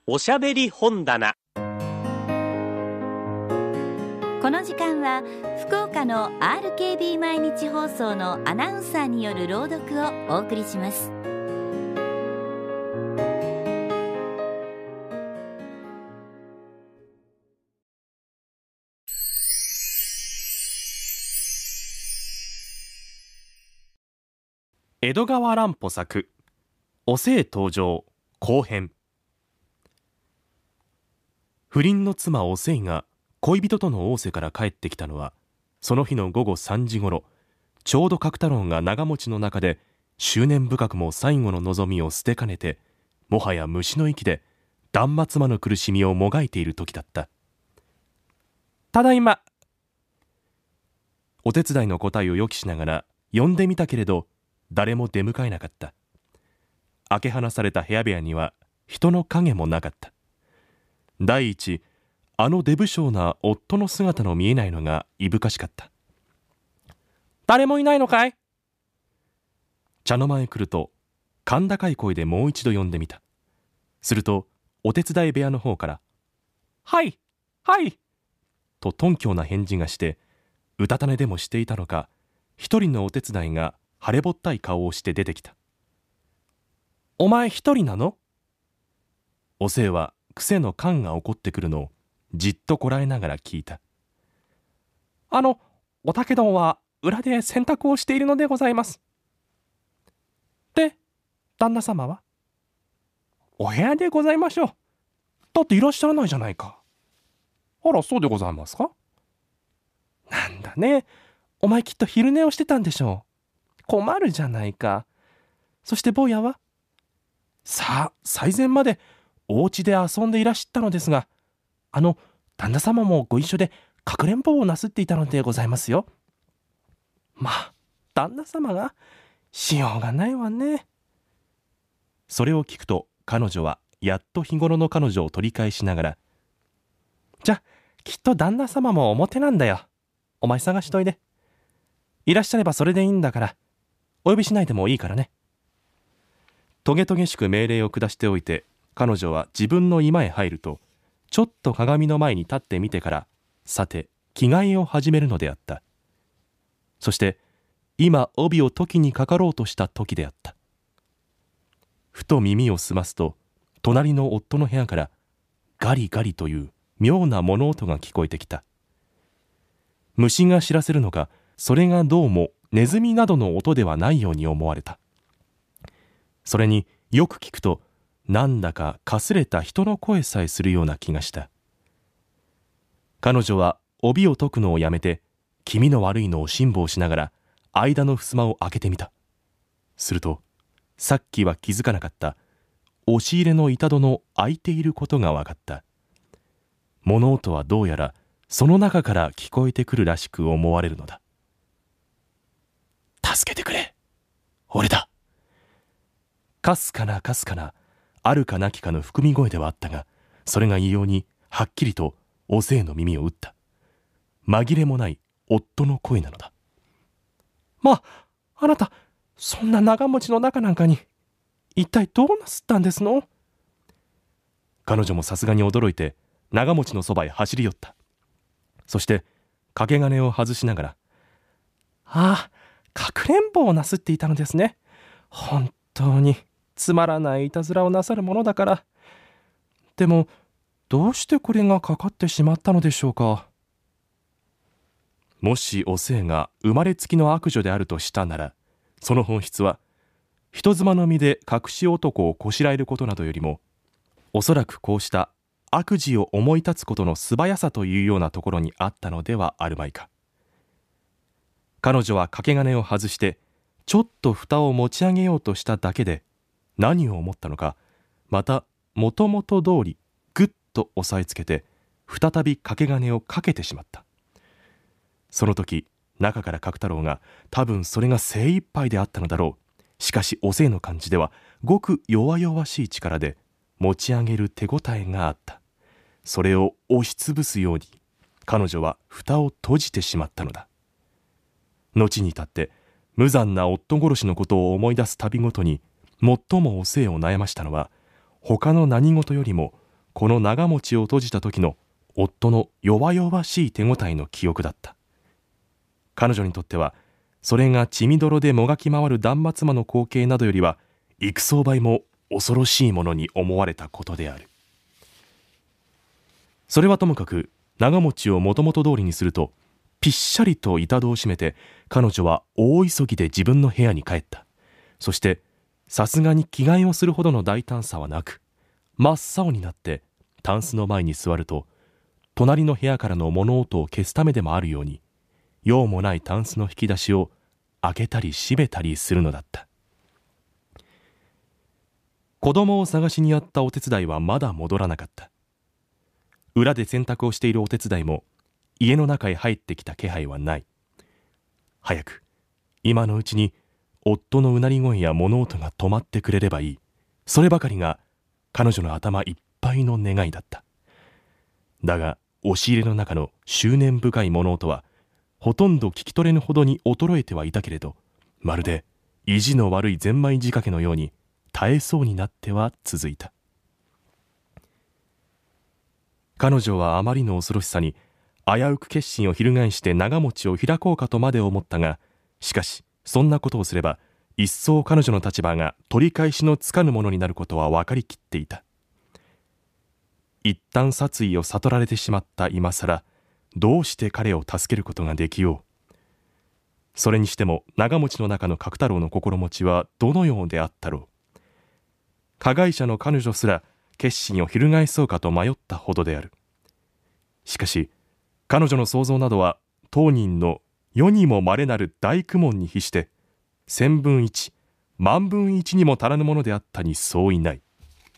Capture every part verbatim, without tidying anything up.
おしゃべり本棚。 この時間は福岡の アールケービー 毎日放送のアナウンサーによる朗読をお送りします。 江戸川乱歩作お勢登場後編。不倫の妻お勢が恋人との仰せから帰ってきたのはその日の午後さんじごろ、ちょうど角太郎が長持ちの中で執念深くも最後の望みを捨てかねて、もはや虫の息で断末魔の苦しみをもがいている時だった。ただいま。お手伝いの答えを予期しながら呼んでみたけれど誰も出迎えなかった。開け放された部屋部屋には人の影もなかった。第一、あの出不精な夫の姿の見えないのがいぶかしかった。誰もいないのかい？茶の間へ来ると甲高い声でもう一度呼んでみた。するとお手伝い部屋の方からはいはいと頓強な返事がして、うたた寝でもしていたのか一人のお手伝いが腫れぼったい顔をして出てきた。お前一人なの？お勢は癖の勘が起こってくるのをじっとこらえながら聞いた。あのお竹どんは裏で洗濯をしているのでございます。で旦那様は？お部屋でございましょう。だっていらっしゃらないじゃないか。あら、そうでございますか。なんだね、お前きっと昼寝をしてたんでしょう。困るじゃないか。そして坊やは？さあ最前までお家で遊んでいらっしゃったのですが、あの旦那様もご一緒でかくれんぼをなすっていたのでございますよ。まあ旦那様がしようがないわね。それを聞くと彼女はやっと日頃の彼女を取り返しながら、じゃきっと旦那様も表なんだよ。お前探しといで。いらっしゃればそれでいいんだから、お呼びしないでもいいからね。トゲトゲしく命令を下しておいて、彼女は自分の居間へ入るとちょっと鏡の前に立ってみてから、さて着替えを始めるのであった。そして今帯を解きにかかろうとした時であった。ふと耳を澄ますと隣の夫の部屋からガリガリという妙な物音が聞こえてきた。虫が知らせるのか、それがどうもネズミなどの音ではないように思われた。それによく聞くとなんだかかすれた人の声さえするような気がした。彼女は帯を解くのをやめて気味の悪いのを辛抱しながら間の襖を開けてみた。するとさっきは気づかなかった押し入れの板戸の開いていることが分かった。物音はどうやらその中から聞こえてくるらしく思われるのだ。助けてくれ、俺だ。かすかなかすかなあるかなきかの含み声ではあったが、それが異様にはっきりとお勢の耳を打った。紛れもない夫の声なのだ。まあ、あなたそんな長持ちの中なんかに一体どうなすったんですの？彼女もさすがに驚いて長持ちのそばへ走り寄った。そして掛け金を外しながら、ああ、かくれんぼをなすっていたのですね。本当につまらないいたずらをなさるものだから。でもどうしてこれがかかってしまったのでしょうか。もしお勢が生まれつきの悪女であるとしたなら、その本質は人妻の身で隠し男をこしらえることなどよりも、おそらくこうした悪事を思い立つことの素早さというようなところにあったのではあるまいか。彼女は掛け金を外してちょっと蓋を持ち上げようとしただけで、何を思ったのか、またもともと通りぐっと押さえつけて再び掛け金をかけてしまった。その時中から角太郎が多分それが精一杯であったのだろう。しかしお勢の感じではごく弱々しい力で持ち上げる手応えがあった。それを押しつぶすように彼女は蓋を閉じてしまったのだ。後に至って無残な夫殺しのことを思い出すたびごとに最もお勢を悩ましたのは、他の何事よりもこの長持ちを閉じた時の夫の弱々しい手応えの記憶だった。彼女にとってはそれが血みどろでもがき回る断末魔の光景などよりは幾層倍も恐ろしいものに思われたことである。それはともかく長持ちをもともと通りにすると、ぴっしゃりと板戸を閉めて彼女は大急ぎで自分の部屋に帰った。そしてさすがに着替えをするほどの大胆さはなく、真っ青になってタンスの前に座ると、隣の部屋からの物音を消すためでもあるように、用もないタンスの引き出しを開けたり閉めたりするのだった。子供を探しにやったお手伝いはまだ戻らなかった。裏で洗濯をしているお手伝いも家の中へ入ってきた気配はない。早く今のうちに夫のうなり声や物音が止まってくれればいい、そればかりが彼女の頭いっぱいの願いだった。だが押し入れの中の執念深い物音はほとんど聞き取れぬほどに衰えてはいたけれど、まるで意地の悪いゼンマイ仕掛けのように絶えそうになっては続いた。彼女はあまりの恐ろしさに危うく決心を翻して長持ちを開こうかとまで思ったが、しかしそんなことをすれば一層彼女の立場が取り返しのつかぬものになることは分かりきっていた。一旦殺意を悟られてしまった今さら、どうして彼を助けることができよう。それにしても長持ちの中の角太郎の心持ちはどのようであったろう。加害者の彼女すら決心を翻そうかと迷ったほどである。しかし彼女の想像などは当人の世にも稀なる大苦悶に比して千分一万分一にも足らぬものであったに相違ない。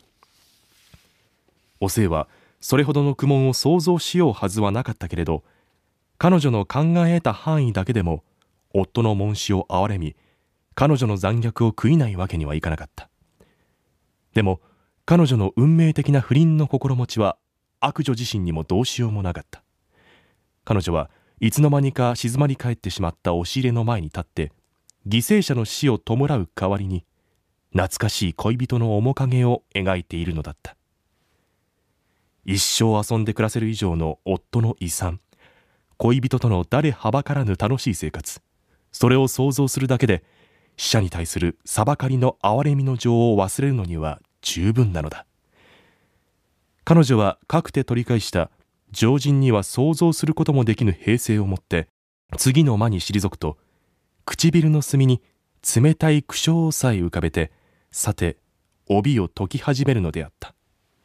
おせいはそれほどの苦悶を想像しようはずはなかったけれど、彼女の考え得た範囲だけでも夫の悶死を憐れみ、彼女の残虐を悔いないわけにはいかなかった。でも彼女の運命的な不倫の心持ちは悪女自身にもどうしようもなかった。彼女はいつの間にか静まり返ってしまった押し入れの前に立って、犠牲者の死を弔う代わりに懐かしい恋人の面影を描いているのだった。一生遊んで暮らせる以上の夫の遺産、恋人との誰はばからぬ楽しい生活、それを想像するだけで死者に対する裁かりの憐れみの情を忘れるのには十分なのだ。彼女はかくて取り返した常人には想像することもできぬ平静をもって次の間に退くと、唇の隅に冷たい苦笑さえ浮かべて、さて帯を解き始めるのであった。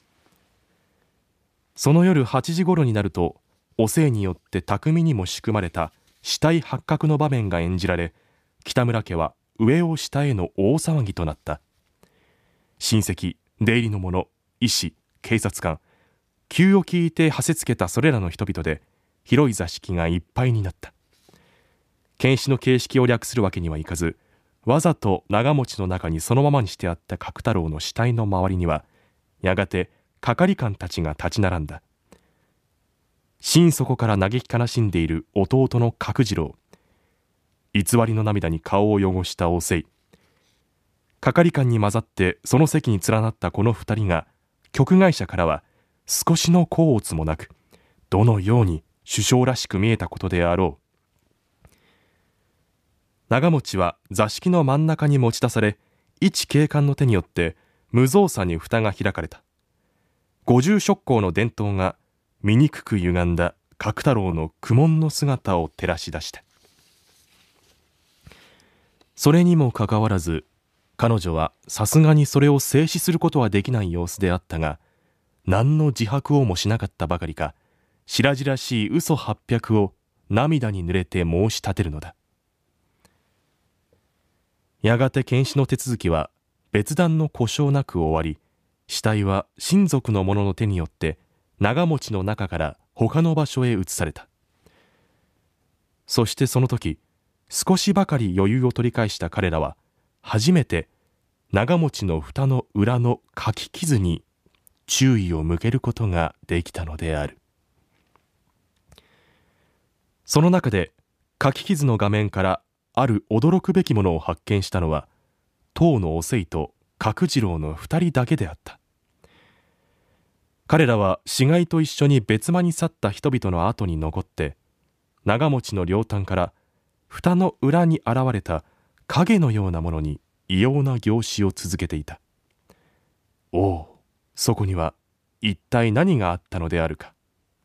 その夜はちじごろになると、おせいによって巧みにも仕組まれた死体発覚の場面が演じられ、北村家は上を下への大騒ぎとなった。親戚、出入りの者、医師、警察官、急を聞いてはせつけたそれらの人々で広い座敷がいっぱいになった。検視の形式を略するわけにはいかず、わざと長持ちの中にそのままにしてあった角太郎の死体の周りにはやがて係官たちが立ち並んだ。心底から嘆き悲しんでいる弟の角次郎、偽りの涙に顔を汚したおせい、係官に混ざってその席に連なったこの二人が、局外者からは少しの甲乙もなく、どのように首相らしく見えたことであろう。長持は座敷の真ん中に持ち出され、一警官の手によって無造作に蓋が開かれた。五重職工の伝統が醜く歪んだ角太郎の苦悶の姿を照らし出した。それにもかかわらず、彼女はさすがにそれを制止することはできない様子であったが、何の自白をもしなかったばかりか、白々しい嘘八百を涙に濡れて申し立てるのだ。やがて検視の手続きは別段の故障なく終わり、死体は親族の者の手によって長持の中から他の場所へ移された。そしてその時、少しばかり余裕を取り返した彼らは初めて長持の蓋の裏の書き傷に注意を向けることができたのである。その中で書き傷の画面からある驚くべきものを発見したのは、当のおせいと角次郎の二人だけであった。 彼らは死骸と一緒に別間に去った人々の後に残って、長持ちの両端から蓋の裏に現れた影のようなものに異様な凝視を続けていた。おお、そこには一体何があったのであるか。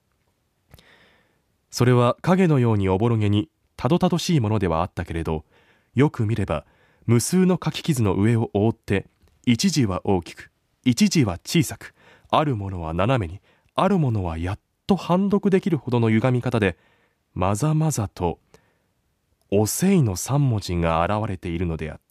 それは影のようにおぼろげにたどたどしいものではあったけれど、よく見れば無数の書き傷の上を覆って、一時は大きく、一時は小さく、あるものは斜めに、あるものはやっと判読できるほどの歪み方で、まざまざとおせいの三文字が現れているのであった。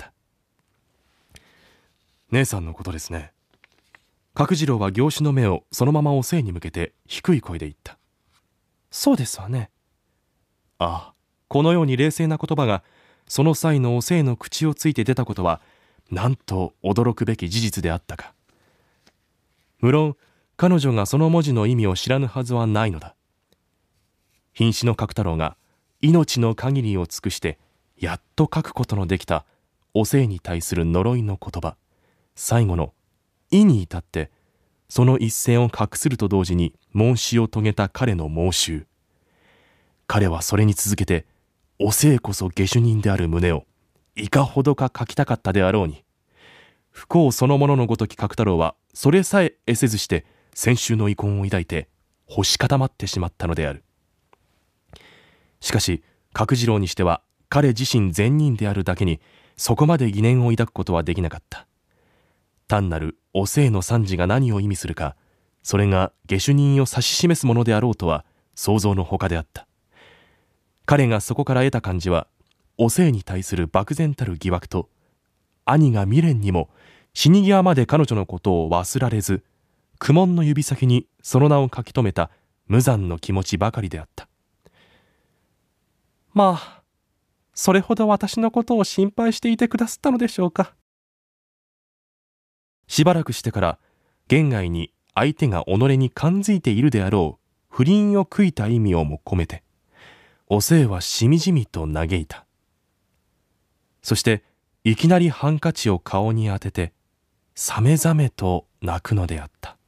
姉さんのことですね。角次郎は行司の目をそのままおせいに向けて低い声で言った。そうですわね。ああ、このように冷静な言葉がその際のおせいの口をついて出たことは、なんと驚くべき事実であったか。無論彼女がその文字の意味を知らぬはずはないのだ。瀕死の角太郎が命の限りを尽くしてやっと書くことのできたおせいに対する呪いの言葉、最後の意に至ってその一線を画すると同時に申しを遂げた彼の申集。彼はそれに続けておせいこそ下手人である旨をいかほどか書きたかったであろうに、不幸そのもののごとき角太郎はそれさえ得せずして先週の遺恨を抱いて干し固まってしまったのである。しかし角次郎にしては彼自身善人であるだけにそこまで疑念を抱くことはできなかった。単なるおせいの惨事が何を意味するか、それが下手人を指し示すものであろうとは想像のほかであった。彼がそこから得た感じは、おせいに対する漠然たる疑惑と、兄が未練にも死に際まで彼女のことを忘られず、苦悶の指先にその名を書き留めた無残の気持ちばかりであった。まあ、それほど私のことを心配していてくださったのでしょうか。しばらくしてから言外に相手が己に感づいているであろう不倫を悔いた意味をも込めて、おせいはしみじみと嘆いた。そしていきなりハンカチを顔に当ててさめざめと泣くのであった。